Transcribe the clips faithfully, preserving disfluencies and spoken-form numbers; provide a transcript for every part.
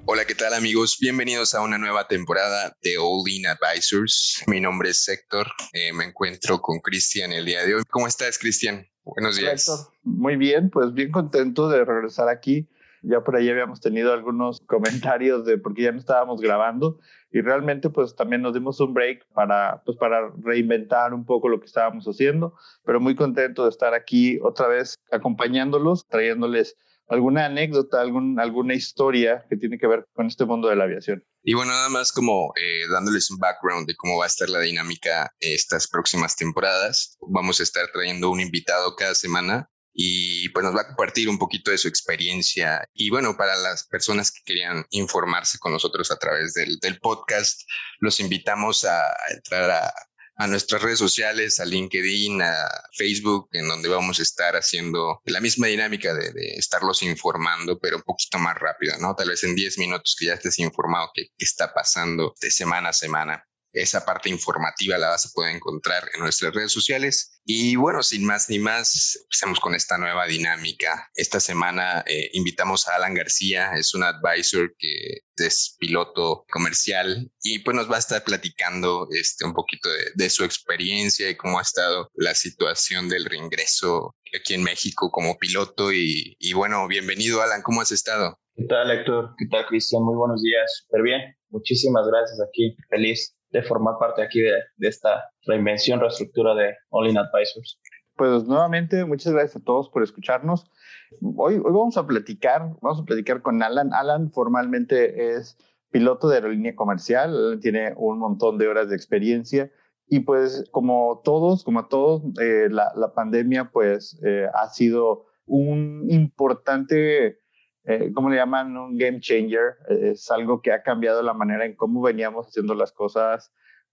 Hola, ¿qué tal amigos? Bienvenidos a una nueva temporada de All In Advisors. Mi nombre es Héctor, eh, me encuentro con Cristian el día de hoy. ¿Cómo estás, Cristian? Buenos Hola, días. Héctor. Muy bien, pues bien contento de regresar aquí. Ya por ahí habíamos tenido algunos comentarios de por qué ya no estábamos grabando y realmente pues también nos dimos un break para, pues, para reinventar un poco lo que estábamos haciendo, pero muy contento de estar aquí otra vez acompañándolos, trayéndoles alguna anécdota, algún, alguna historia que tiene que ver con este mundo de la aviación. Y bueno, nada más como eh, dándoles un background de cómo va a estar la dinámica estas próximas temporadas. Vamos a estar trayendo un invitado cada semana y pues nos va a compartir un poquito de su experiencia. Y bueno, para las personas que querían informarse con nosotros a través del, del podcast, los invitamos a entrar a a nuestras redes sociales, a LinkedIn, a Facebook, en donde vamos a estar haciendo la misma dinámica de, de estarlos informando, pero un poquito más rápido, ¿no? Tal vez en diez minutos que ya estés informado qué está pasando de semana a semana. Esa parte informativa la vas a poder encontrar en nuestras redes sociales. Y bueno, sin más ni más, empecemos con esta nueva dinámica. Esta semana eh, invitamos a Alan García, es un advisor que es piloto comercial y pues nos va a estar platicando este, un poquito de, de su experiencia y cómo ha estado la situación del reingreso aquí en México como piloto. Y, y bueno, bienvenido Alan, ¿cómo has estado? ¿Qué tal, Héctor? ¿Qué tal, Cristian? Muy buenos días. Súper bien. Muchísimas gracias aquí. Feliz de formar parte aquí de, de esta reinvención, reestructura de All In Advisors. Pues nuevamente, muchas gracias a todos por escucharnos. Hoy, hoy vamos a platicar, vamos a platicar con Alan. Alan formalmente es piloto de aerolínea comercial, Alan tiene un montón de horas de experiencia y pues como todos, como todos, eh, la, la pandemia pues eh, ha sido un importante, eh, ¿cómo le llaman? Un game changer. Es algo que ha cambiado la manera en cómo veníamos haciendo las cosas,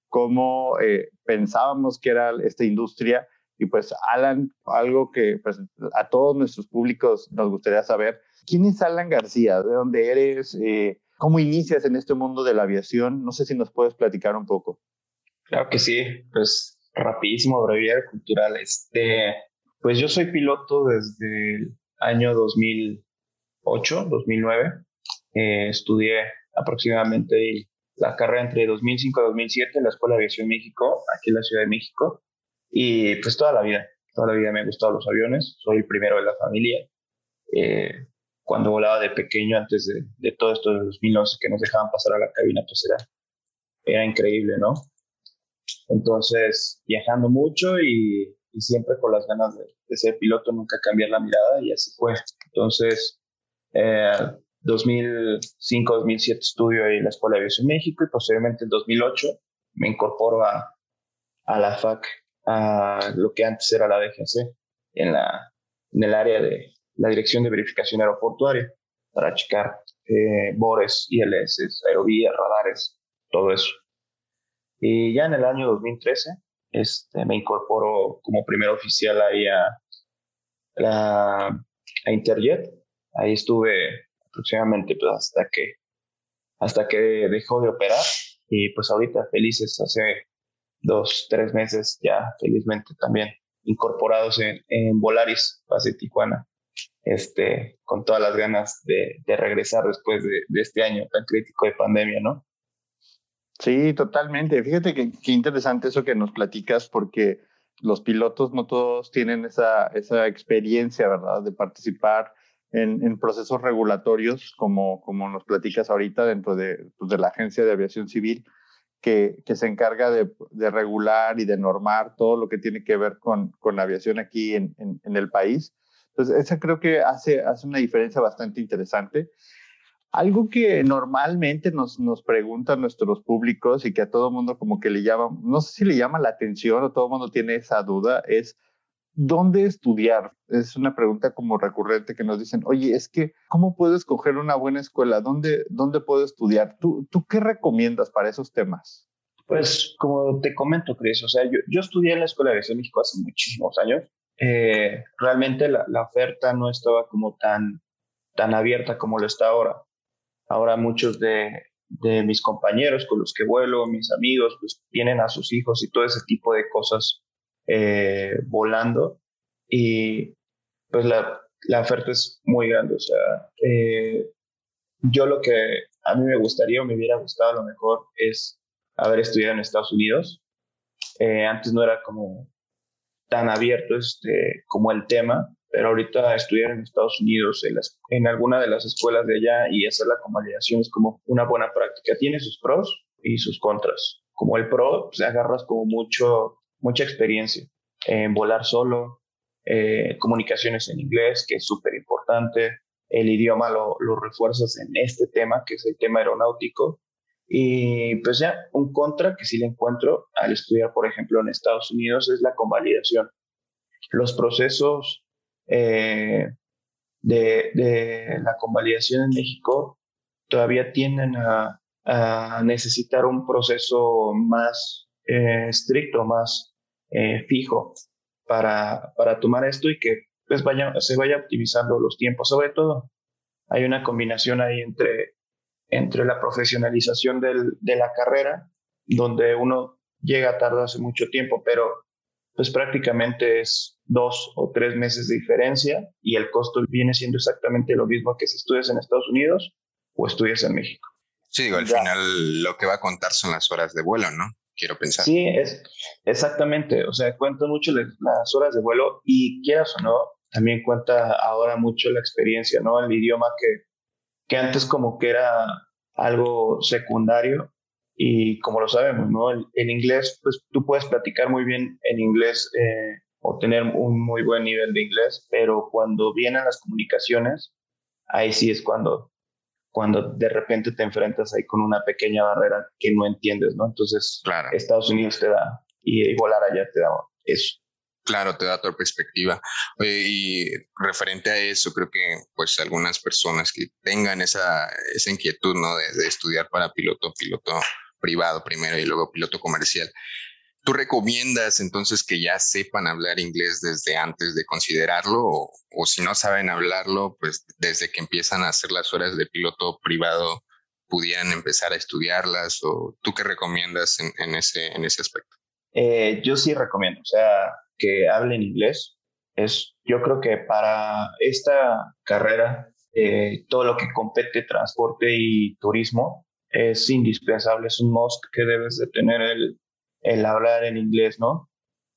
cómo eh, pensábamos que era esta industria. Y pues Alan, algo que pues, a todos nuestros públicos nos gustaría saber, ¿quién es Alan García? ¿De dónde eres? Eh, ¿Cómo inicias en este mundo de la aviación? No sé si nos puedes platicar un poco. Claro que sí, pues rapidísimo, breviario cultural. Este, pues yo soy piloto desde el año dos mil ocho, dos mil nueve. Eh, estudié aproximadamente la carrera entre dos mil cinco y dos mil siete en la Escuela de Aviación México, aquí en la Ciudad de México. Y pues toda la vida, toda la vida me han gustado los aviones, soy el primero de la familia. Eh, Cuando volaba de pequeño, antes de, de todo esto de dos mil once, que nos dejaban pasar a la cabina, pues era, era increíble, ¿no? Entonces, viajando mucho y, y siempre con las ganas de, de ser piloto, nunca cambiar la mirada y así fue. Entonces, eh, dos mil cinco, dos mil siete estudio ahí en la Escuela de Aviación México y posteriormente en dos mil ocho me incorporo a, a la F A C, a lo que antes era la D G C, en, la, en el área de la Dirección de Verificación Aeroportuaria, para checar eh, bores, I L S, aerovías, radares, todo eso. Y ya en el año dos mil trece este, me incorporo como primer oficial ahí a, la, a Interjet. Ahí estuve aproximadamente pues, hasta, que, hasta que dejó de operar y pues ahorita felices hace dos, tres meses ya felizmente también incorporados en, en Volaris, base Tijuana, este, con todas las ganas de, de regresar después de, de este año tan crítico de pandemia, ¿no? Sí, totalmente. Fíjate que, qué interesante eso que nos platicas, porque los pilotos no todos tienen esa, esa experiencia, ¿verdad?, de participar en, en procesos regulatorios, como, como nos platicas ahorita dentro de, pues, de la Agencia de Aviación Civil, que, que se encarga de, de regular y de normar todo lo que tiene que ver con, con la aviación aquí en, en, en el país. Entonces, esa creo que hace, hace una diferencia bastante interesante. Algo que normalmente nos, nos preguntan nuestros públicos y que a todo mundo como que le llama, no sé si le llama la atención o todo mundo tiene esa duda, es ¿dónde estudiar? Es una pregunta como recurrente que nos dicen, oye, es que, ¿cómo puedo escoger una buena escuela? ¿Dónde, dónde puedo estudiar? ¿Tú, ¿Tú qué recomiendas para esos temas? Pues como te comento, Cris, o sea, yo, yo estudié en la Escuela de Aviación México hace muchísimos años. Eh, realmente la, la oferta no estaba como tan, tan abierta como lo está ahora. Ahora muchos de, de mis compañeros con los que vuelo, mis amigos, pues tienen a sus hijos y todo ese tipo de cosas eh, volando y pues la, la oferta es muy grande. O sea, eh, yo lo que a mí me gustaría o me hubiera gustado a lo mejor es haber estudiado en Estados Unidos. Eh, antes no era como tan abierto este, como el tema, pero ahorita estudiar en Estados Unidos, en, las, en alguna de las escuelas de allá y hacer la convalidación es como una buena práctica. Tiene sus pros y sus contras. Como el pro, pues agarras como mucho, mucha experiencia en volar solo, eh, comunicaciones en inglés, que es súper importante. El idioma lo, lo refuerzas en este tema, que es el tema aeronáutico. Y pues ya, un contra que sí le encuentro al estudiar, por ejemplo, en Estados Unidos es la convalidación. Los procesos eh, de, de la convalidación en México todavía tienden a, a necesitar un proceso más eh, estricto, más eh, fijo para, para tomar esto y que pues vaya, se vaya optimizando los tiempos. Sobre todo, hay una combinación ahí entre entre la profesionalización del, de la carrera, donde uno llega a tardarse mucho tiempo, pero pues prácticamente es dos o tres meses de diferencia y el costo viene siendo exactamente lo mismo que si estudias en Estados Unidos o estudias en México. Sí, digo, al Ya. final lo que va a contar son las horas de vuelo, ¿no? Quiero pensar. Sí, es exactamente, o sea, cuentan mucho le- las horas de vuelo y quieras o no, también cuenta ahora mucho la experiencia, ¿no? El idioma que que antes como que era algo secundario y como lo sabemos, ¿no? El, el inglés, pues tú puedes platicar muy bien en inglés eh, o tener un muy buen nivel de inglés, pero cuando vienen las comunicaciones, ahí sí es cuando, cuando de repente te enfrentas ahí con una pequeña barrera que no entiendes, ¿no? Entonces, Claro. Estados Unidos te da, y, y volar allá te da eso. Claro, te da otra perspectiva. Oye, y referente a eso, creo que pues algunas personas que tengan esa, esa inquietud, ¿no? De, de estudiar para piloto, piloto privado primero y luego piloto comercial. ¿Tú recomiendas entonces que ya sepan hablar inglés desde antes de considerarlo o, o si no saben hablarlo, pues desde que empiezan a hacer las horas de piloto privado pudieran empezar a estudiarlas? ¿O tú qué recomiendas en, en ese, en ese aspecto? Eh, yo sí recomiendo, o sea, que hablen inglés. Es, yo creo que para esta carrera, eh, todo lo que compete transporte y turismo es indispensable, es un must que debes de tener el, el hablar en inglés, ¿no?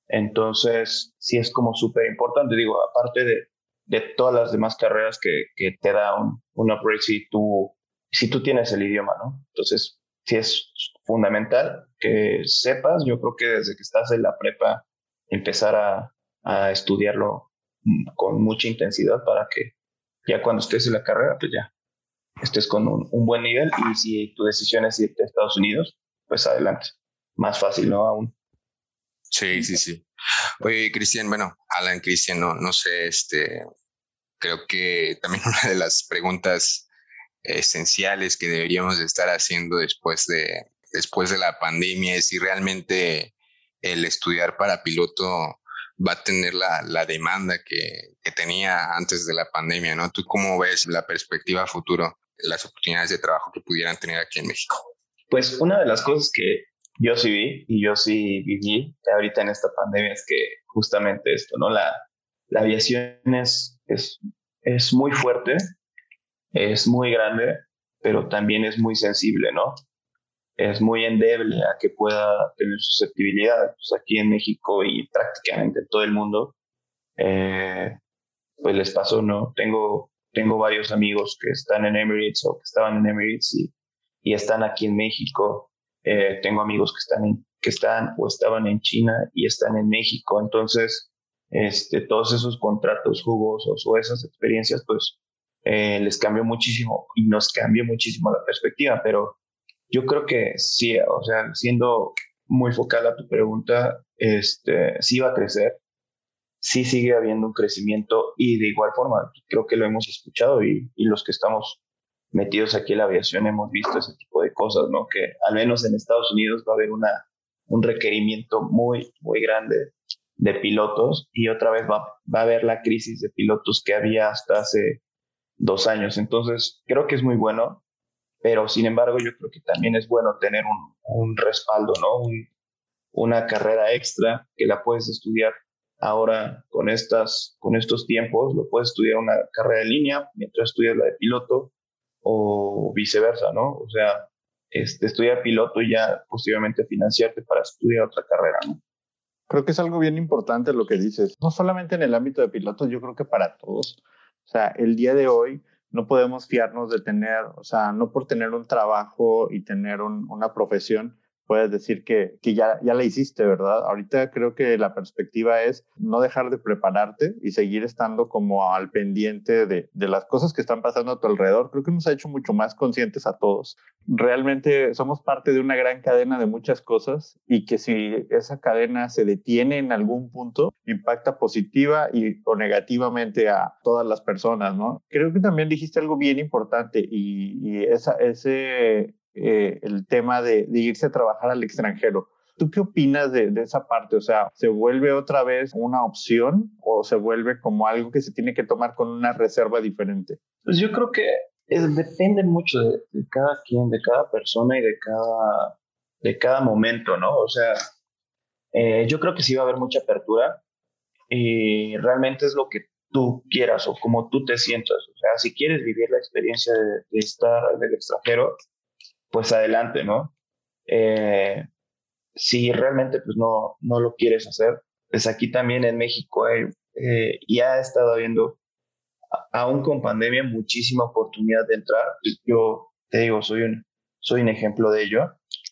Entonces, sí es como súper importante, digo, aparte de, de todas las demás carreras que, que te da un, un upgrade si tú, si tú tienes el idioma, ¿no? Entonces, sí es fundamental que sepas, yo creo que desde que estás en la prepa, empezar a, a estudiarlo mm, con mucha intensidad para que ya cuando estés en la carrera, pues ya estés con un, un buen nivel y si tu decisión es irte a Estados Unidos, pues adelante. Más fácil, ¿no? Aún. Sí, sí, sí. Oye, Cristian, bueno, Alan, Cristian, no, no sé, este, creo que también una de las preguntas esenciales que deberíamos de estar haciendo después de, después de la pandemia es si realmente el estudiar para piloto va a tener la, la demanda que, que tenía antes de la pandemia, ¿no? ¿Tú cómo ves la perspectiva a futuro, las oportunidades de trabajo que pudieran tener aquí en México? Pues una de las cosas que yo sí vi y yo sí viví ahorita en esta pandemia es que justamente esto, ¿no? La, la aviación es, es, es muy fuerte, es muy grande, pero también es muy sensible, ¿no? Es muy endeble a que pueda tener susceptibilidad. Pues aquí en México y prácticamente en todo el mundo, eh, pues les pasó, ¿no? Tengo, tengo varios amigos que están en Emirates o que estaban en Emirates y, y están aquí en México. Eh, tengo amigos que están, en, que están o estaban en China y están en México. Entonces, este, todos esos contratos jugosos o esas experiencias, pues eh, les cambió muchísimo y nos cambió muchísimo la perspectiva. Pero yo creo que sí, o sea, siendo muy focal a tu pregunta, este, sí va a crecer, sí sigue habiendo un crecimiento y de igual forma, creo que lo hemos escuchado y, y los que estamos metidos aquí en la aviación hemos visto ese tipo de cosas, ¿no? Que al menos en Estados Unidos va a haber una, un requerimiento muy, muy grande de pilotos y otra vez va, va a haber la crisis de pilotos que había hasta hace dos años. Entonces, creo que es muy bueno, pero sin embargo yo creo que también es bueno tener un, un respaldo, ¿no? Un, una carrera extra que la puedes estudiar ahora con, estas, con estos tiempos, lo puedes estudiar una carrera en línea mientras estudias la de piloto o viceversa, ¿no? O sea, este, estudiar piloto y ya posteriormente financiarte para estudiar otra carrera, ¿no? Creo que es algo bien importante lo que dices, no solamente en el ámbito de pilotos, yo creo que para todos. O sea, el día de hoy no podemos fiarnos de tener, o sea, no por tener un trabajo y tener un, una profesión, puedes decir que, que ya, ya la hiciste, ¿verdad? Ahorita creo que la perspectiva es no dejar de prepararte y seguir estando como al pendiente de, de las cosas que están pasando a tu alrededor. Creo que nos ha hecho mucho más conscientes a todos. Realmente somos parte de una gran cadena de muchas cosas y que si esa cadena se detiene en algún punto, impacta positiva y, o negativamente a todas las personas, ¿no? Creo que también dijiste algo bien importante y, y esa, ese, eh, el tema de, de irse a trabajar al extranjero. ¿Tú qué opinas de, de esa parte? O sea, ¿se vuelve otra vez una opción o se vuelve como algo que se tiene que tomar con una reserva diferente? Pues yo creo que es- depende mucho de, de cada quien, de cada persona y de cada, de cada momento, ¿no? O sea, eh, yo creo que sí va a haber mucha apertura y realmente es lo que tú quieras o como tú te sientas. O sea, si quieres vivir la experiencia de, de estar en el extranjero, pues adelante, ¿no? Eh, si realmente pues no, no lo quieres hacer, pues aquí también en México hay, eh, ya ha estado habiendo, aún con pandemia, muchísima oportunidad de entrar. Pues yo te digo, soy un, soy un ejemplo de ello,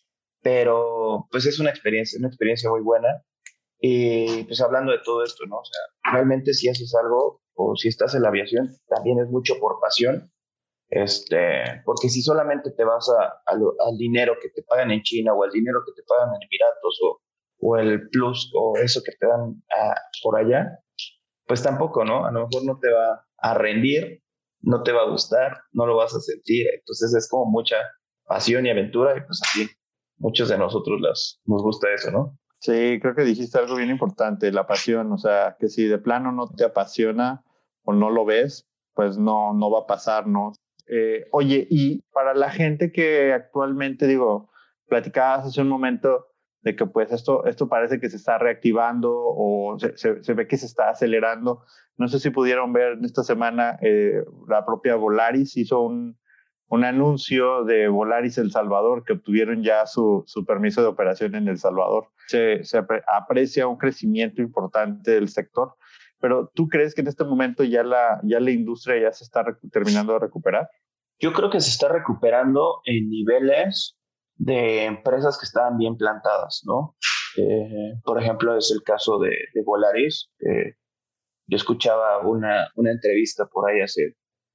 pero pues es una experiencia, una experiencia muy buena. Y pues hablando de todo esto, ¿no? O sea, realmente si haces algo o si estás en la aviación, también es mucho por pasión, este, porque si solamente te vas a, a lo, al dinero que te pagan en China o al dinero que te pagan en Emiratos o, o el plus o eso que te dan a, por allá, pues tampoco, ¿no? A lo mejor no te va a rendir, no te va a gustar, no lo vas a sentir. Entonces es como mucha pasión y aventura y pues así muchos de nosotros las, nos gusta eso, ¿no? Sí, creo que dijiste algo bien importante, la pasión, o sea, que si de plano no te apasiona o no lo ves, pues no, no va a pasar, ¿no? Eh, oye, y para la gente que actualmente, digo, platicabas hace un momento de que pues esto, esto parece que se está reactivando o se, se, se ve que se está acelerando. No sé si pudieron ver en esta semana, eh, la propia Volaris hizo un, un anuncio de Volaris El Salvador, que obtuvieron ya su, su permiso de operación en El Salvador. Se, se aprecia un crecimiento importante del sector, pero ¿tú crees que en este momento ya la, ya la industria ya se está terminando de recuperar? Yo creo que se está recuperando en niveles de empresas que estaban bien plantadas, ¿no? Eh, por ejemplo, es el caso de, de Volaris. Eh, yo escuchaba una, una entrevista por ahí hace,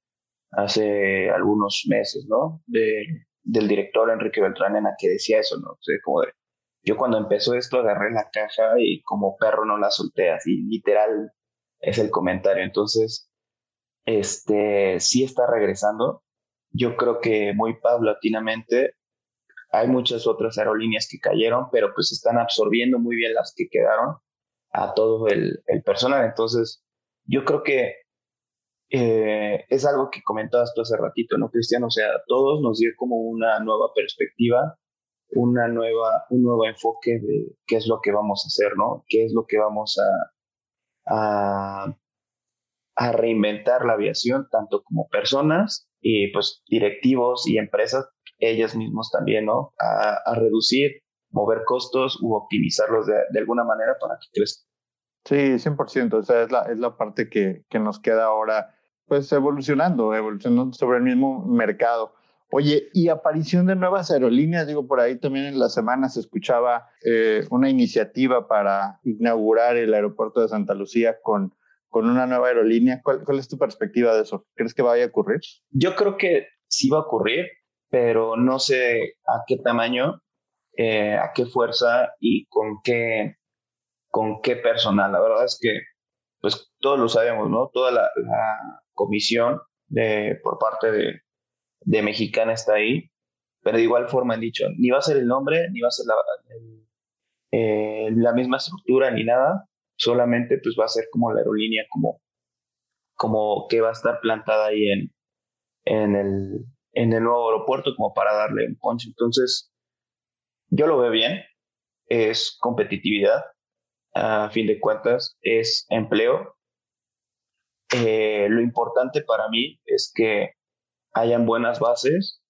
hace algunos meses, ¿no? De, del director Enrique Beltrán en la que decía eso, ¿no? O sea, como de, yo cuando empezó esto agarré la caja y como perro no la solté, así literal es el comentario. Entonces, este, sí está regresando. Yo creo que muy paulatinamente hay muchas otras aerolíneas que cayeron, pero pues están absorbiendo muy bien las que quedaron a todo el, el personal. Entonces, yo creo que eh, es algo que comentabas tú hace ratito, ¿no, Cristian? O sea, a todos nos dio como una nueva perspectiva, una nueva, un nuevo enfoque de qué es lo que vamos a hacer, ¿no? ¿Qué es lo que vamos a, a a reinventar la aviación, tanto como personas y pues directivos y empresas, ellas mismos también, ¿no? A, a reducir, mover costos u optimizarlos de, de alguna manera para que crezcan. Sí, cien por ciento. O sea, es la, es la parte que, que nos queda ahora, pues evolucionando, evolucionando sobre el mismo mercado. Oye, y aparición de nuevas aerolíneas, digo, por ahí también en la semana se escuchaba eh, una iniciativa para inaugurar el aeropuerto de Santa Lucía con, con una nueva aerolínea. ¿Cuál, ¿Cuál es tu perspectiva de eso? ¿Crees que vaya a ocurrir? Yo creo que sí va a ocurrir, pero no sé a qué tamaño, eh, a qué fuerza y con qué, con qué personal. La verdad es que, pues todos lo sabemos, ¿no? Toda la, la comisión de, por parte de, de Mexicana está ahí, pero de igual forma han dicho, ni va a ser el nombre, ni va a ser la, el, eh, la misma estructura, ni nada, solamente pues va a ser como la aerolínea, como, como que va a estar plantada ahí en, en, el, en el nuevo aeropuerto, como para darle un punch. Entonces, yo lo veo bien, es competitividad, a fin de cuentas, es empleo. Eh, lo importante para mí es que hayan buenas bases,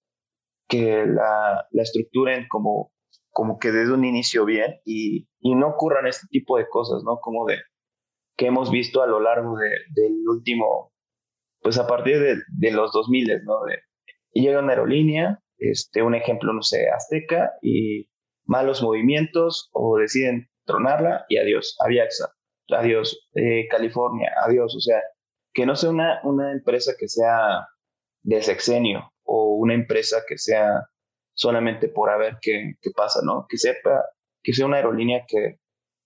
que la, la estructuren como, como que desde un inicio bien y, y no ocurran este tipo de cosas, ¿no? Como de que hemos visto a lo largo de, del último, pues a partir de, de los dos mil, ¿no? De, y llega una aerolínea, este, un ejemplo, no sé, Azteca, y malos movimientos o deciden tronarla y adiós, Aviaxa, adiós, eh, California, adiós, o sea, que no sea una, una empresa que sea de sexenio o una empresa que sea solamente por a ver qué, qué pasa, ¿no? Que sepa, que sea una aerolínea que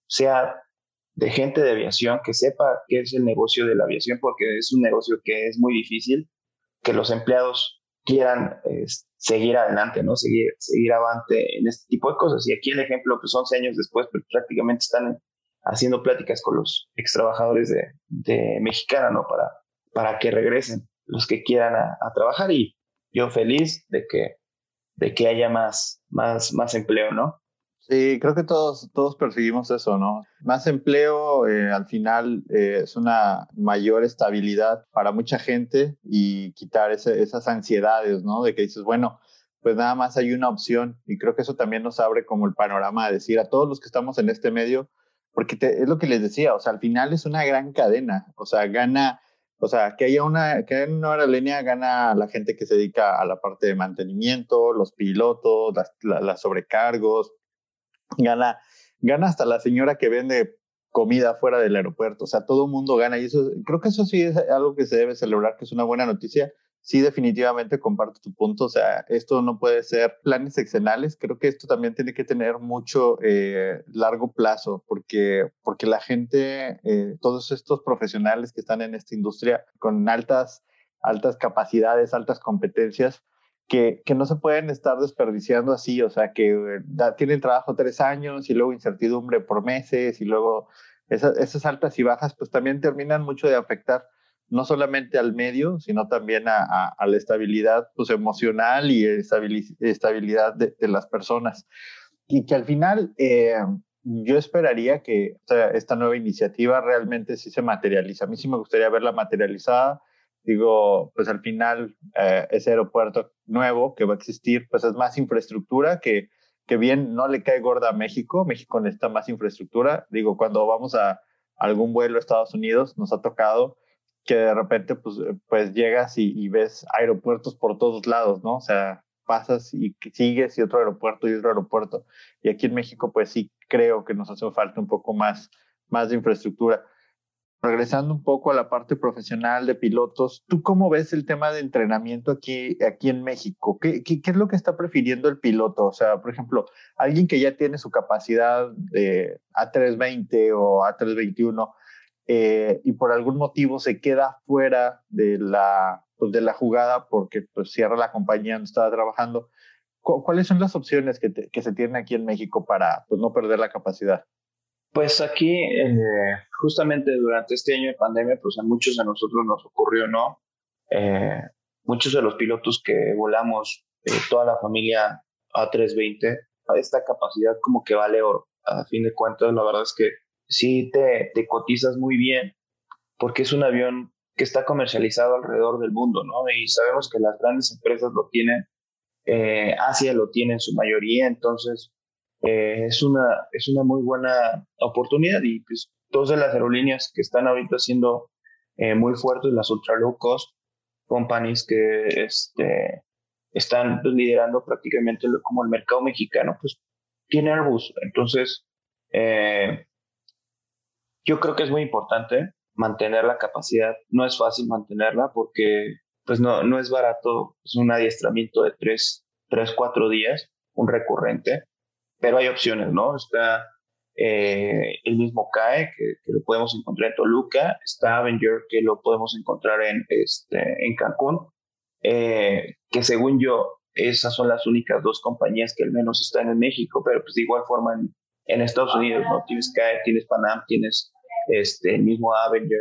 sea de gente de aviación, que sepa qué es el negocio de la aviación, porque es un negocio que es muy difícil, que los empleados quieran eh, seguir adelante, ¿no? Seguir, seguir avante en este tipo de cosas. Y aquí el ejemplo, pues once años después, pues prácticamente están haciendo pláticas con los ex trabajadores de, de Mexicana, ¿no? Para, para que regresen los que quieran a, a trabajar y yo feliz de que, de que haya más, más, más empleo, ¿no? Sí, creo que todos, todos perseguimos eso, ¿no? Más empleo, eh, al final eh, es una mayor estabilidad para mucha gente y quitar ese, esas ansiedades, ¿no? De que dices, bueno, pues nada más hay una opción y creo que eso también nos abre como el panorama de decir a todos los que estamos en este medio, porque te, es lo que les decía, o sea, al final es una gran cadena, o sea, gana, o sea, que haya una, que haya una aerolínea gana la gente que se dedica a la parte de mantenimiento, los pilotos, las, la, las sobrecargos, gana, gana hasta la señora que vende comida fuera del aeropuerto, o sea, todo el mundo gana y eso, creo que eso sí es algo que se debe celebrar, que es una buena noticia. Sí, definitivamente comparto tu punto, o sea, esto no puede ser planes sexenales, creo que esto también tiene que tener mucho eh, largo plazo, porque, porque la gente, eh, todos estos profesionales que están en esta industria con altas, altas capacidades, altas competencias, que, que no se pueden estar desperdiciando así, o sea, que eh, da, tienen trabajo tres años y luego incertidumbre por meses y luego esas, esas altas y bajas pues también terminan mucho de afectar no solamente al medio, sino también a, a, a la estabilidad pues, emocional y estabilidad de, de las personas. Y que al final eh, yo esperaría que o sea, esta nueva iniciativa realmente sí se materialice. A mí sí me gustaría verla materializada. Digo, pues al final eh, ese aeropuerto nuevo que va a existir, pues es más infraestructura que, que bien no le cae gorda a México. México necesita más infraestructura. Digo, cuando vamos a algún vuelo a Estados Unidos, nos ha tocado que de repente pues, pues llegas y, y ves aeropuertos por todos lados, ¿no? O sea, pasas y sigues y otro aeropuerto y otro aeropuerto. Y aquí en México pues sí creo que nos hace falta un poco más, más de infraestructura. Regresando un poco a la parte profesional de pilotos, ¿tú cómo ves el tema de entrenamiento aquí, aquí en México? ¿Qué, qué, ¿Qué es lo que está prefiriendo el piloto? O sea, por ejemplo, alguien que ya tiene su capacidad de A trescientos veinte o A trescientos veintiuno eh, y por algún motivo se queda fuera de la, pues, de la jugada porque pues, cierra la compañía donde estaba trabajando. ¿Cuáles son las opciones que, te, que se tienen aquí en México para pues, no perder la capacidad? Pues aquí, eh, justamente durante este año de pandemia, pues a muchos de nosotros nos ocurrió, ¿no? Eh, muchos de los pilotos que volamos, eh, toda la familia A trescientos veinte, esta capacidad como que vale oro. A fin de cuentas, la verdad es que sí te, te cotizas muy bien porque es un avión que está comercializado alrededor del mundo, ¿no? Y sabemos que las grandes empresas lo tienen, eh, Asia lo tiene en su mayoría, entonces eh, es, una, es una muy buena oportunidad y pues todas las aerolíneas que están ahorita siendo eh, muy fuertes, las ultra low cost companies que este, están pues, liderando prácticamente lo, como el mercado mexicano, pues tiene Airbus. Entonces, eh, yo creo que es muy importante mantener la capacidad. No es fácil mantenerla porque pues no, no es barato. Es un adiestramiento de tres, tres, cuatro días, un recurrente, pero hay opciones, ¿no? Está eh, el mismo C A E, que, que lo podemos encontrar en Toluca, está Avenger, que lo podemos encontrar en, este, en Cancún, eh, que según yo, esas son las únicas dos compañías que al menos están en México, pero pues de igual forma en, en Estados Unidos, ¿no? Tienes C A E, tienes Panam, tienes este, el mismo Avenger,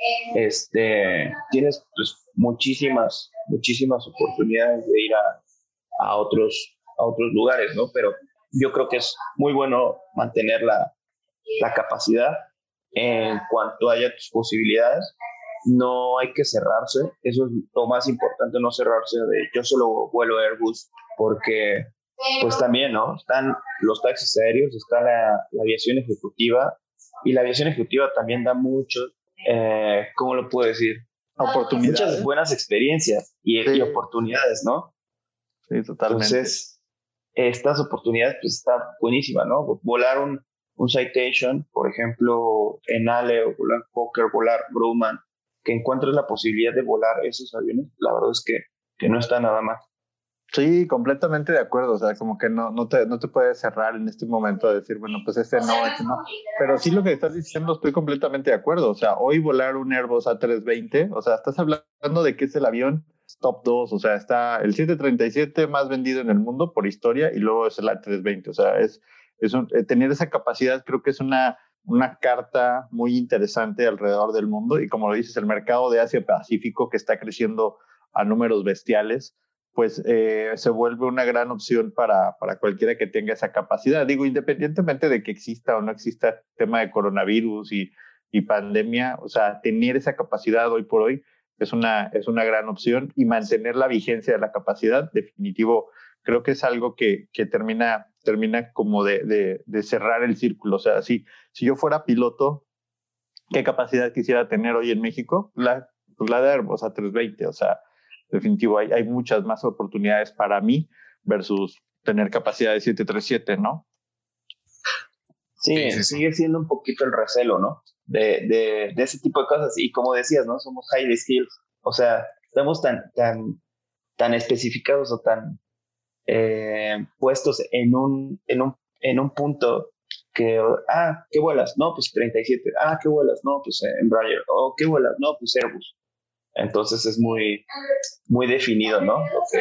este, tienes pues, muchísimas, muchísimas oportunidades de ir a, a, otros, a otros lugares, ¿no? Pero yo creo que es muy bueno mantener la, la capacidad en cuanto haya tus posibilidades no hay que cerrarse, eso es lo más importante, no cerrarse de yo solo vuelo Airbus, porque pues también, ¿no? Están los taxis aéreos, está la, la aviación ejecutiva, y la aviación ejecutiva también da muchos, eh, ¿cómo lo puedo decir? Oportunidades. Muchas buenas experiencias y, Sí. y oportunidades, ¿no? Sí, totalmente. Entonces, estas oportunidades pues está buenísima, ¿no? Volar un, un Citation, por ejemplo, en Ale o volar Fokker, volar Grumman, que encuentres la posibilidad de volar esos aviones, la verdad es que, que no está nada mal. Sí, completamente de acuerdo. O sea, como que no, no, te, no te puedes cerrar en este momento a decir, bueno, pues este no, este no. Pero sí lo que estás diciendo estoy completamente de acuerdo. O sea, hoy volar un Airbus A trescientos veinte, o sea, estás hablando de que es el avión top dos. O sea, está el setecientos treinta y siete más vendido en el mundo por historia y luego es el A trescientos veinte. O sea, es, es un, eh, tener esa capacidad creo que es una, una carta muy interesante alrededor del mundo. Y como lo dices, el mercado de Asia-Pacífico que está creciendo a números bestiales, pues eh, se vuelve una gran opción para, para cualquiera que tenga esa capacidad. Digo, independientemente de que exista o no exista el tema de coronavirus y, y pandemia, o sea, tener esa capacidad hoy por hoy es una, es una gran opción, y mantener la vigencia de la capacidad, definitivo, creo que es algo que, que termina, termina como de, de, de cerrar el círculo. O sea, si, si yo fuera piloto, ¿qué capacidad quisiera tener hoy en México? La, pues la de Airbus A trescientos veinte, o sea, definitivo, hay, hay muchas más oportunidades para mí versus tener capacidad de siete treinta y siete, ¿no? Sí, Sí, sí, sí. sigue siendo un poquito el recelo, ¿no? De, de, de ese tipo de cosas. Y como decías, ¿no? Somos highly skilled. O sea, estamos tan, tan, tan especificados o tan eh, puestos en un, en, un, en un punto que, ah, ¿qué vuelas? No, pues treinta y siete. Ah, ¿qué vuelas? No, pues eh, Embraer. Oh, ¿qué vuelas? No, pues Airbus. Entonces es muy, muy definido, ¿no? Lo que,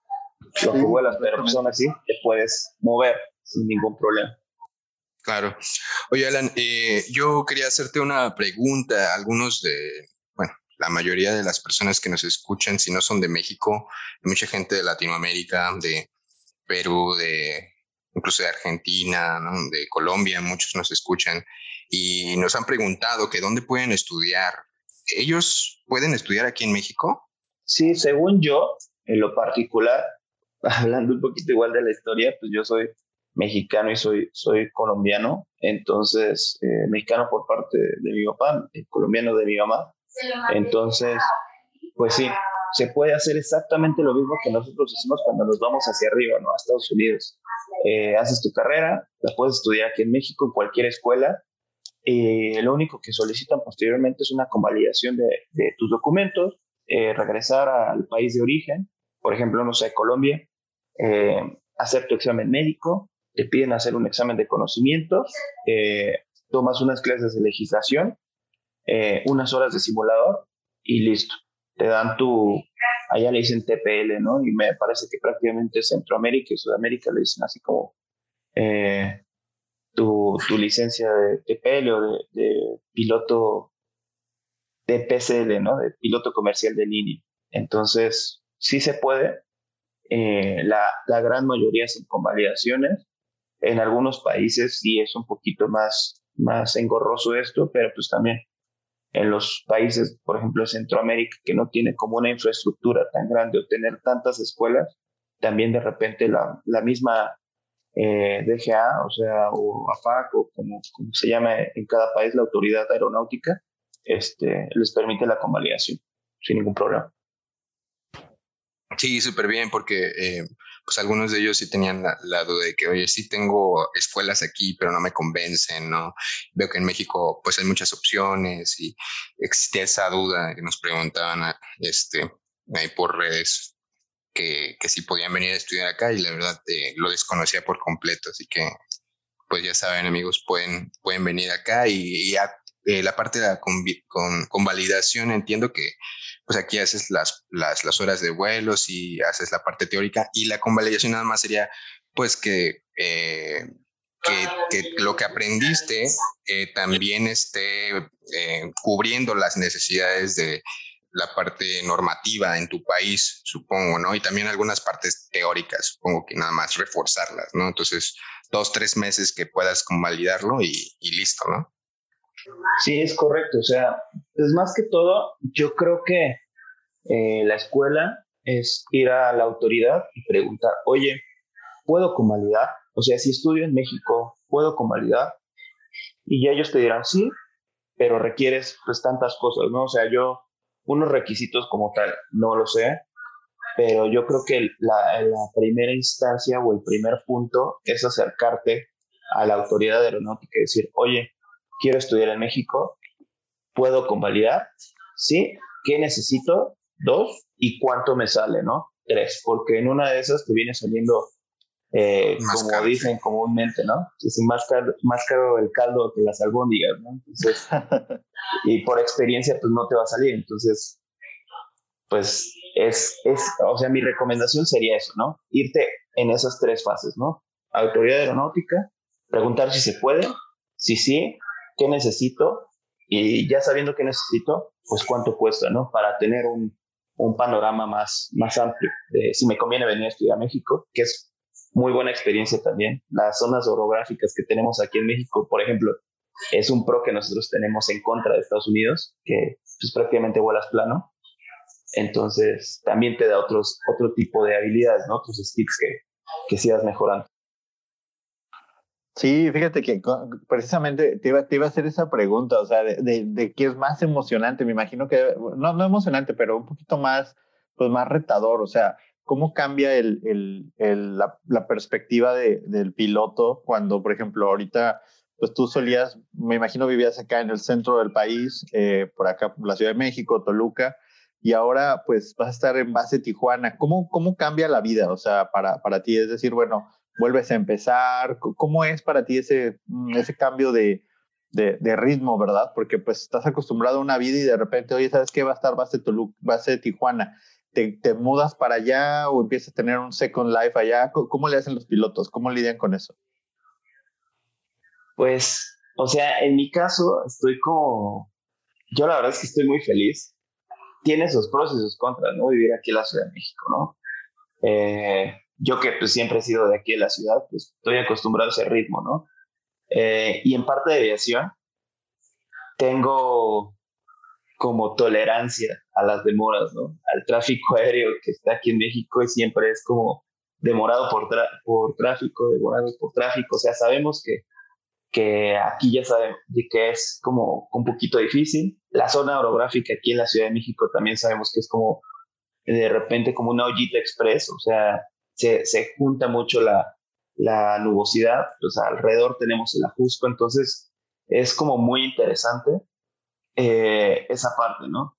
lo que Sí, vuelas, pero pues completamente. aún así te puedes mover sin ningún problema. Claro. Oye, Alan, eh, yo quería hacerte una pregunta. Algunos de, bueno, la mayoría de las personas que nos escuchan, si no son de México, hay mucha gente de Latinoamérica, de Perú, de incluso de Argentina, ¿no? De Colombia, muchos nos escuchan y nos han preguntado que dónde pueden estudiar. ¿Ellos pueden estudiar aquí en México? Sí, según yo, en lo particular, hablando un poquito igual de la historia, pues yo soy mexicano y soy, soy colombiano, entonces eh, mexicano por parte de mi papá, eh, colombiano de mi mamá, entonces, pues sí, se puede hacer exactamente lo mismo que nosotros hicimos cuando nos vamos hacia arriba, ¿no? A Estados Unidos. Eh, haces tu carrera, la puedes estudiar aquí en México, en cualquier escuela, y lo único que solicitan posteriormente es una convalidación de, de tus documentos, eh, regresar al país de origen, por ejemplo, no sé, Colombia, eh, hacer tu examen médico, te piden hacer un examen de conocimientos, eh, tomas unas clases de legislación, eh, unas horas de simulador y listo. Te dan tu, allá le dicen T P L, ¿no? Y me parece que prácticamente Centroamérica y Sudamérica le dicen así como eh, tu, tu licencia de T P L o de, de piloto de P C L, ¿no? De piloto comercial de línea. Entonces, sí se puede. Eh, la, la gran mayoría sin convalidaciones. En algunos países sí es un poquito más, más engorroso esto, pero pues también en los países, por ejemplo, de Centroamérica, que no tiene como una infraestructura tan grande o tener tantas escuelas, también de repente la, la misma eh, D G A, o sea, o AFAC, o como, como se llama en cada país, la autoridad aeronáutica, este, les permite la convalidación sin ningún problema. Sí, súper bien, porque eh, pues algunos de ellos sí tenían la, la duda de que, oye, sí tengo escuelas aquí, pero no me convencen, ¿no? Veo que en México pues hay muchas opciones y existía esa duda que nos preguntaban a- este, ahí por redes que, que sí podían venir a estudiar acá y la verdad eh, lo desconocía por completo, así que pues ya saben amigos, pueden, pueden venir acá y, y ya, eh, la parte de la convi- con, con validación entiendo que pues aquí haces las, las, las horas de vuelos y haces la parte teórica y la convalidación nada más sería pues que, eh, que, que lo que aprendiste eh, también esté eh, cubriendo las necesidades de la parte normativa en tu país, supongo, ¿no? Y también algunas partes teóricas, supongo que nada más reforzarlas, ¿no? Entonces, dos, tres meses que puedas convalidarlo y, y listo, ¿no? Sí, es correcto. O sea, es más que todo, yo creo que eh, la escuela es ir a la autoridad y preguntar, oye, ¿puedo convalidar? O sea, si estudio en México, ¿puedo convalidar? Y ya ellos te dirán, sí, pero requieres pues tantas cosas, ¿no? O sea, yo, unos requisitos como tal, no lo sé, pero yo creo que la, la primera instancia o el primer punto es acercarte a la autoridad aeronáutica y decir, oye, quiero estudiar en México, ¿puedo convalidar? Sí, ¿qué necesito? Dos, ¿y cuánto me sale, no? Tres, porque en una de esas te viene saliendo, eh, Más como caro. dicen comúnmente, ¿no? Es más caro, más caro el caldo que las albóndigas, ¿no? Entonces, y por experiencia, pues no te va a salir. Entonces, pues es, es, o sea, mi recomendación sería eso, ¿no? Irte en esas tres fases, ¿no? Autoridad aeronáutica, preguntar si se puede, si sí, qué necesito, y ya sabiendo qué necesito, pues cuánto cuesta, ¿no? Para tener un, un panorama más, más amplio de si me conviene venir a estudiar a México, que es muy buena experiencia también. Las zonas orográficas que tenemos aquí en México, por ejemplo, es un pro que nosotros tenemos en contra de Estados Unidos, que pues prácticamente vuelas plano. Entonces también te da otros, otro tipo de habilidades, ¿no? Otros skills que, que sigas mejorando. Sí, fíjate que co- precisamente te iba, te iba a hacer esa pregunta, o sea, de, de, de qué es más emocionante, me imagino que, no, no emocionante, pero un poquito más, pues más retador, o sea, cómo cambia el, el, el, la, la perspectiva de, del piloto cuando, por ejemplo, ahorita, pues tú solías, me imagino vivías acá en el centro del país, eh, por acá, por la Ciudad de México, Toluca, y ahora pues vas a estar en base Tijuana. ¿Cómo, cómo cambia la vida, o sea, para, para ti? Es decir, bueno, vuelves a empezar. ¿Cómo es para ti ese, ese cambio de, de, de ritmo, verdad? Porque pues estás acostumbrado a una vida y de repente, oye, ¿sabes qué? Va a estar base, Toluca, base Tijuana. ¿Te, ¿Te mudas para allá o empiezas a tener un second life allá? ¿Cómo, cómo le hacen los pilotos? ¿Cómo lidian con eso? Pues, o sea, en mi caso estoy como, yo la verdad es que estoy muy feliz. Tiene sus pros y sus contras, ¿no? Vivir aquí en la Ciudad de México, ¿no? Eh, yo que pues siempre he sido de aquí de la ciudad, pues estoy acostumbrado a ese ritmo, ¿no? Eh, y en parte de aviación tengo como tolerancia a las demoras, ¿no? Al tráfico aéreo que está aquí en México y siempre es como demorado por, tra- por tráfico, demorado por tráfico. O sea, sabemos que, que aquí ya sabemos de que es como un poquito difícil. La zona orográfica aquí en la Ciudad de México también sabemos que es como de repente como una ollita express, o sea, se, se junta mucho la, la nubosidad, pues alrededor tenemos el ajusco, entonces es como muy interesante eh, esa parte, ¿no?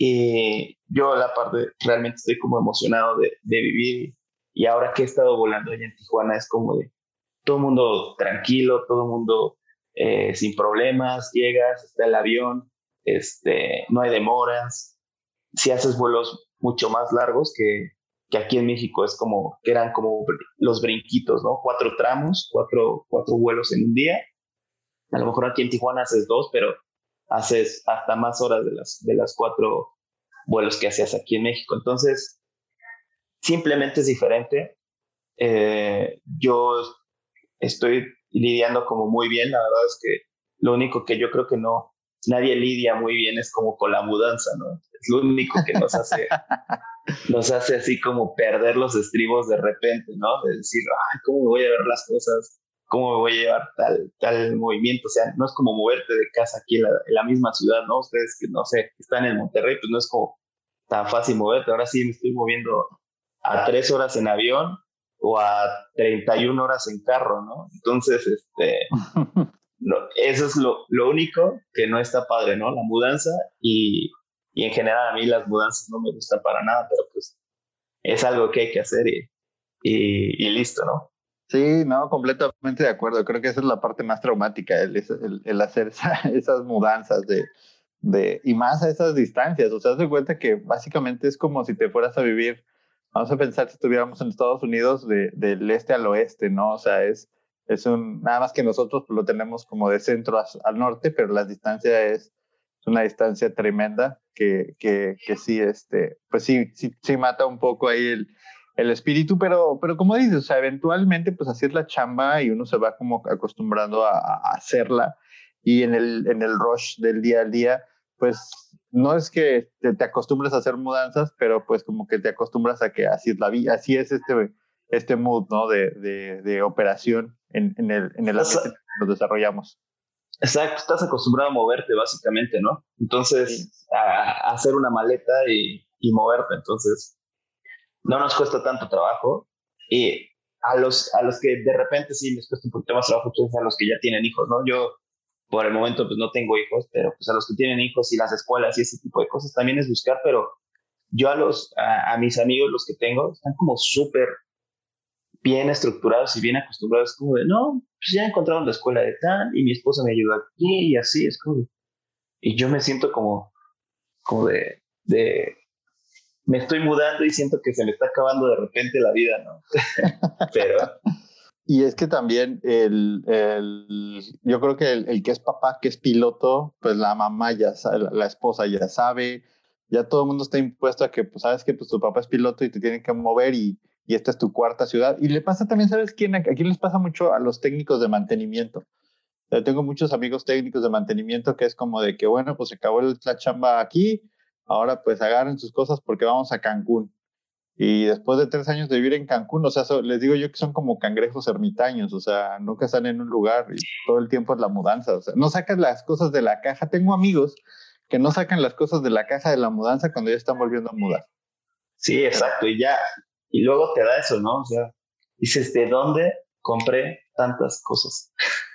Y yo la parte, realmente estoy como emocionado de, de vivir y ahora que he estado volando allá en Tijuana es como de todo el mundo tranquilo, todo el mundo eh, sin problemas, llegas, está el avión, este, no hay demoras, si haces vuelos mucho más largos que, que aquí en México es como, que eran como los brinquitos, ¿no? Cuatro tramos, cuatro, cuatro vuelos en un día. A lo mejor aquí en Tijuana haces dos, pero haces hasta más horas de las, de las cuatro vuelos que hacías aquí en México. Entonces, simplemente es diferente. Eh, yo estoy lidiando como muy bien, la verdad es que lo único que yo creo que no, nadie lidia muy bien es como con la mudanza, ¿no? Es lo único que nos hace, nos hace así como perder los estribos de repente, ¿no? De decir, ay, ¿cómo me voy a ver las cosas? ¿Cómo me voy a llevar tal, tal movimiento? O sea, no es como moverte de casa aquí en la, en la misma ciudad, ¿no? Ustedes que no sé, están en Monterrey, pues no es como tan fácil moverte. Ahora sí me estoy moviendo a tres horas en avión o a treinta y una horas en carro, ¿no? Entonces, este, no, eso es lo, lo único que no está padre, ¿no? La mudanza y, y en general a mí las mudanzas no me gustan para nada, pero pues es algo que hay que hacer y, y, y listo, ¿no? Sí, no, completamente de acuerdo. Creo que esa es la parte más traumática, el, el, el hacer esa, esas mudanzas de, de, y más a esas distancias. O sea, te das cuenta que básicamente es como si te fueras a vivir, vamos a pensar si estuviéramos en Estados Unidos de, del este al oeste, ¿no? O sea, es, es un, nada más que nosotros pues, lo tenemos como de centro a, al norte, pero la distancia es una distancia tremenda que, que, que sí, este, pues sí, sí, sí mata un poco ahí el, el espíritu, pero, pero como dices, o sea, eventualmente pues así es la chamba y uno se va como acostumbrando a, a hacerla. y en el, en el rush del día al día, pues no es que te, te acostumbres a hacer mudanzas, pero pues como que te acostumbras a que así es la vida, así es este, este mood, ¿no? De, de, de operación en, en el, en el ambiente en el que nos desarrollamos. Exacto, estás acostumbrado a moverte básicamente, ¿no? Entonces, sí. a, a hacer una maleta y, y moverte, entonces no nos cuesta tanto trabajo. Y a los, a los que de repente sí les cuesta un poquito más trabajo, pues a los que ya tienen hijos, ¿no? Yo por el momento pues no tengo hijos, pero pues a los que tienen hijos y las escuelas y ese tipo de cosas también es buscar, pero yo a los, a, a mis amigos, los que tengo, están como súper bien estructurados y bien acostumbrados, como de, no, pues ya encontraron la escuela de tal y mi esposa me ayuda aquí y así, es como, y yo me siento como, como de, de, me estoy mudando y siento que se me está acabando de repente la vida, ¿no? Pero... Y es que también el, el yo creo que el, el que es papá, que es piloto, pues la mamá ya sabe, la, la esposa ya sabe, ya todo el mundo está impuesto a que, pues sabes que pues tu papá es piloto y te tienen que mover y, y esta es tu cuarta ciudad. Y le pasa también, ¿sabes quién? Aquí les pasa mucho a los técnicos de mantenimiento. Yo tengo muchos amigos técnicos de mantenimiento que es como de que, bueno, pues se acabó la chamba aquí, ahora pues agarren sus cosas porque vamos a Cancún. Y después de tres años de vivir en Cancún, o sea, so, les digo yo que son como cangrejos ermitaños, o sea, nunca están en un lugar y todo el tiempo es la mudanza, o sea, no sacan las cosas de la caja. Tengo amigos que no sacan las cosas de la caja de la mudanza cuando ya están volviendo a mudar. Sí, exacto, y ya, y luego te da eso, ¿no? O sea, dices, ¿de dónde compré tantas cosas?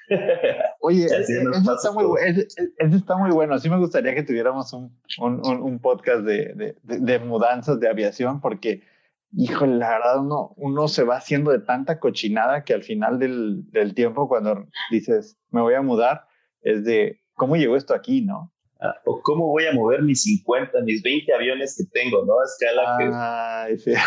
Oye, eso está, muy, ese, ese está muy bueno. Sí me gustaría que tuviéramos un, un, un, un podcast de, de, de, de mudanzas de aviación, porque, híjole, la verdad, uno, uno se va haciendo de tanta cochinada que al final del, del tiempo, cuando dices, me voy a mudar, es de, ¿cómo llegó esto aquí, no? Ah, o cómo voy a mover mis cincuenta, mis veinte aviones que tengo, ¿no? A escala Ay, que... sí.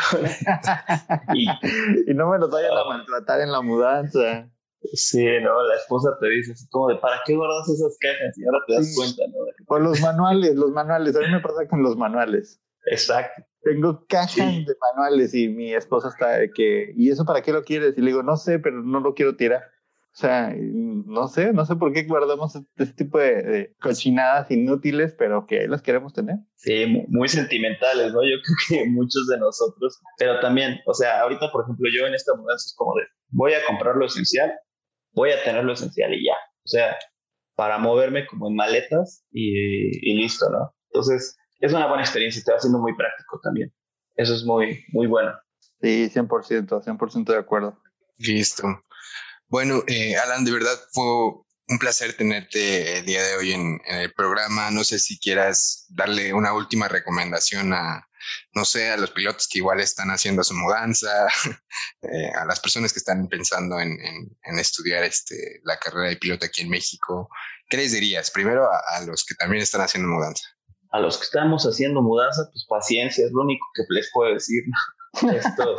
y, y no me los vayan oh. a maltratar en la mudanza. Sí, no, la esposa te dice así como de, ¿para qué guardas esas cajas? Y ahora te das sí. cuenta, ¿no? O los manuales, los manuales, a mí me pasa con los manuales. Exacto. Tengo cajas sí. de manuales y mi esposa está de que, ¿y eso para qué lo quieres? Y le digo, no sé, pero no lo quiero tirar. O sea, no sé, no sé por qué guardamos este tipo de, de cochinadas inútiles, pero que ahí las queremos tener. Sí, muy, muy sentimentales, ¿no? Yo creo que muchos de nosotros, pero también, o sea, ahorita, por ejemplo, yo en esta mudanza es como de, voy a comprar lo esencial, voy a tener lo esencial y ya. O sea, para moverme como en maletas y, y listo, ¿no? Entonces, es una buena experiencia, te va haciendo muy práctico también. Eso es muy, muy bueno. Sí, cien por ciento, cien por ciento de acuerdo. Listo. Bueno, eh, Alan, de verdad fue un placer tenerte el día de hoy en, en el programa. No sé si quieras darle una última recomendación a, no sé, a los pilotos que igual están haciendo su mudanza, eh, a las personas que están pensando en, en, en estudiar este, la carrera de piloto aquí en México. ¿Qué les dirías? Primero a, a los que también están haciendo mudanza. A los que estamos haciendo mudanza, pues paciencia, es lo único que les puedo decir. Esto,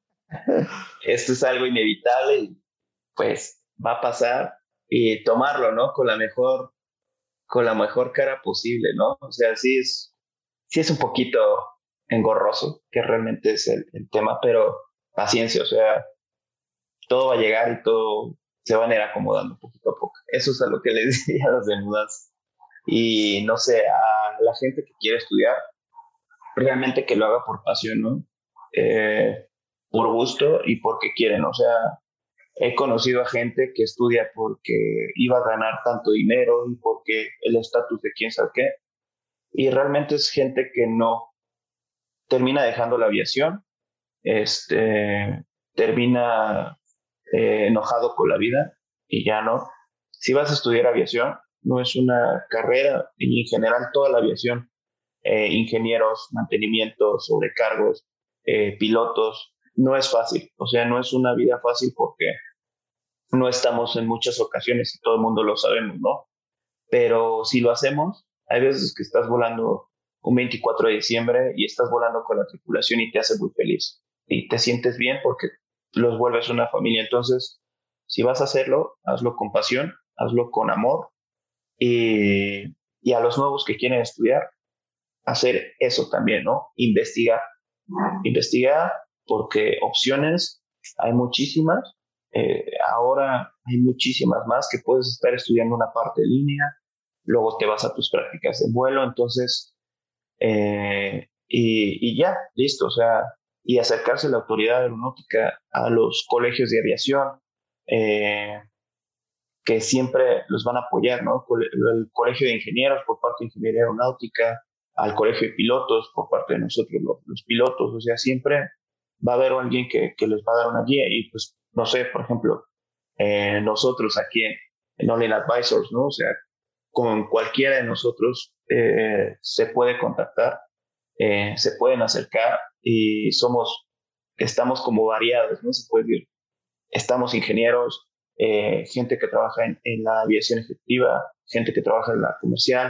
esto es algo inevitable y pues va a pasar y tomarlo, ¿no? Con la mejor, con la mejor cara posible, ¿no? O sea, sí es, sí es un poquito engorroso, que realmente es el, el tema, pero paciencia, o sea, todo va a llegar y todo se van a ir acomodando poquito a poco. Eso es a lo que les diría a los de mudanza. Y no sé, a la gente que quiere estudiar, realmente que lo haga por pasión, ¿no? Eh, por gusto y porque quieren, o sea, he conocido a gente que estudia porque iba a ganar tanto dinero y porque el estatus de quién sabe qué. Y realmente es gente que no termina dejando la aviación, este, termina eh, enojado con la vida y ya no. Si vas a estudiar aviación, no es una carrera, y en general toda la aviación, eh, ingenieros, mantenimiento, sobrecargos, eh, pilotos, no es fácil. O sea, no es una vida fácil porque no estamos en muchas ocasiones y todo el mundo lo sabemos, ¿no? Pero si lo hacemos, hay veces que estás volando un veinticuatro de diciembre y estás volando con la tripulación y te hace muy feliz y te sientes bien porque los vuelves una familia. Entonces, si vas a hacerlo, hazlo con pasión, hazlo con amor y, y a los nuevos que quieren estudiar, hacer eso también, ¿no? Investigar, investigar porque opciones hay muchísimas. Eh, ahora hay muchísimas más que puedes estar estudiando una parte en línea, luego te vas a tus prácticas en vuelo, entonces, eh, y, y ya, listo, o sea, y acercarse a la autoridad aeronáutica, a los colegios de aviación, eh, que siempre los van a apoyar, ¿no? El colegio de ingenieros por parte de ingeniería aeronáutica, al colegio de pilotos por parte de nosotros, los, los pilotos, o sea, siempre va a haber alguien que, que les va a dar una guía y pues, no sé, por ejemplo, eh, nosotros aquí en, en All In Advisors, ¿no? O sea, con cualquiera de nosotros eh, se puede contactar, eh, se pueden acercar y somos, estamos como variados, ¿no? Se puede decir, estamos ingenieros, eh, gente que trabaja en, en la aviación efectiva, gente que trabaja en la comercial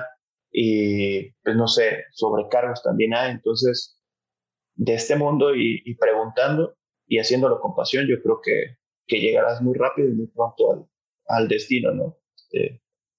y, pues no sé, sobrecargos también hay. Entonces, de este mundo y, y preguntando y haciéndolo con pasión, yo creo que, que llegarás muy rápido y muy pronto al, al destino, ¿no? De,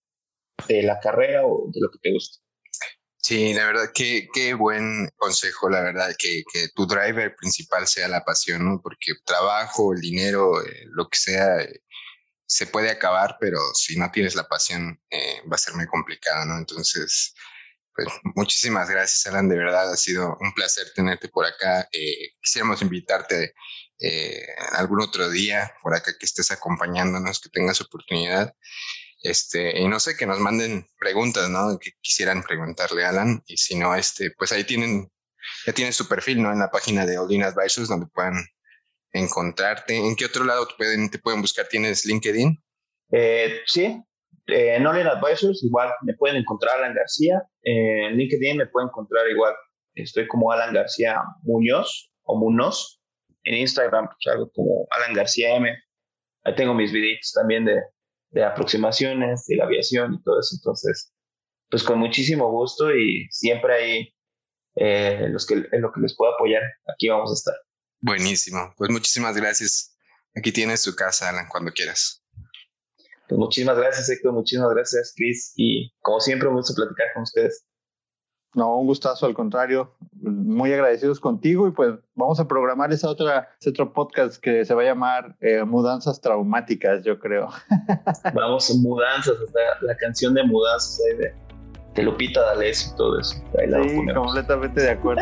de la carrera o de lo que te gusta. Sí, la verdad, qué, qué buen consejo, la verdad, que, que tu driver principal sea la pasión, ¿no? Porque trabajo, el dinero, eh, lo que sea, eh, se puede acabar, pero si no tienes la pasión, eh, va a ser muy complicado, ¿no? Entonces, pues muchísimas gracias, Alan, de verdad, ha sido un placer tenerte por acá. Eh, quisiéramos invitarte eh, algún otro día por acá que estés acompañándonos, que tengas oportunidad. Este, y no sé, que nos manden preguntas, ¿no? Que quisieran preguntarle a Alan. Y si no, este, pues ahí tienen, ya tienes su perfil, ¿no? En la página de All In Advisors, donde puedan encontrarte. ¿En qué otro lado te pueden, te pueden buscar? ¿Tienes LinkedIn? Eh, sí, eh, en All In Advisors igual me pueden encontrar Alan García. Eh, en LinkedIn me pueden encontrar igual. Estoy como Alan García Muñoz o Munoz. En Instagram, pues, algo como Alan García M. Ahí tengo mis videitos también de de aproximaciones, de la aviación y todo eso. Entonces, pues con muchísimo gusto y siempre ahí eh, los que, en lo que les pueda apoyar, aquí vamos a estar. Buenísimo. Pues muchísimas gracias. Aquí tienes tu casa, Alan, cuando quieras. Pues muchísimas gracias, Héctor. Muchísimas gracias, Chris. Y como siempre, me gusta platicar con ustedes. No, un gustazo, al contrario, muy agradecidos contigo y pues vamos a programar esa otra, ese otro podcast que se va a llamar eh, Mudanzas Traumáticas, yo creo. Vamos, mudanzas, hasta la canción de mudanzas ahí de, de Lupita D'Alessio y todo eso. Ahí la sí, completamente de acuerdo.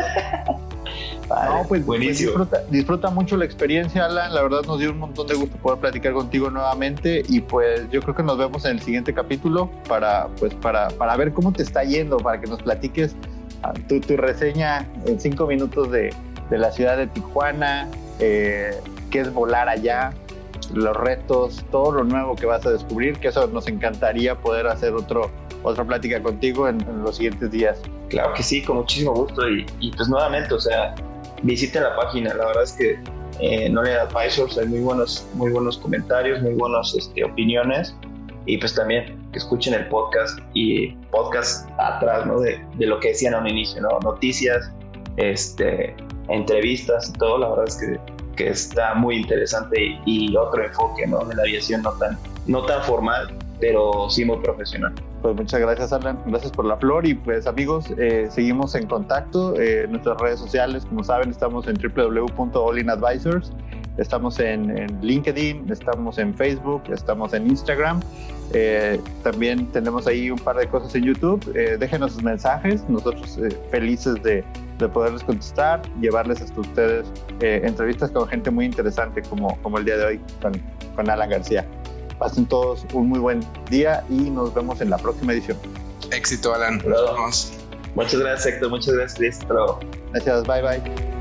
Vale, no, pues, buenísimo. Pues disfruta, disfruta mucho la experiencia, Alan. La verdad nos dio un montón de gusto poder platicar contigo nuevamente y pues yo creo que nos vemos en el siguiente capítulo para, pues, para, para ver cómo te está yendo, para que nos platiques uh, tu, tu reseña en cinco minutos de, de la ciudad de Tijuana, eh, qué es volar allá, los retos, todo lo nuevo que vas a descubrir, que eso nos encantaría poder hacer otro, otra plática contigo en, en los siguientes días. Claro que sí, con muchísimo gusto y, y pues nuevamente, o sea, visiten la página, la verdad es que eh, en All In Advisors hay muy buenos, muy buenos comentarios, muy buenas este, opiniones y pues también que escuchen el podcast y podcast atrás, ¿no? De, de lo que decían a un inicio, ¿no? Noticias, este, entrevistas y todo, la verdad es que, que está muy interesante y, y otro enfoque, ¿no? De la aviación no tan, no tan formal, pero sí muy profesional. Pues muchas gracias, Alan, gracias por la flor y pues amigos, eh, seguimos en contacto eh, en nuestras redes sociales, como saben estamos en w w w punto all in advisors, estamos en, en LinkedIn, estamos en Facebook, estamos en Instagram, eh, también tenemos ahí un par de cosas en YouTube, eh, déjenos sus mensajes, nosotros eh, felices de, de poderles contestar, llevarles hasta ustedes eh, entrevistas con gente muy interesante como, como el día de hoy con, con Alan García. Pasen todos un muy buen día y nos vemos en la próxima edición. Éxito, Alan. Nos vemos. Muchas gracias, Héctor. Muchas gracias. Hasta luego. Gracias. Bye, bye.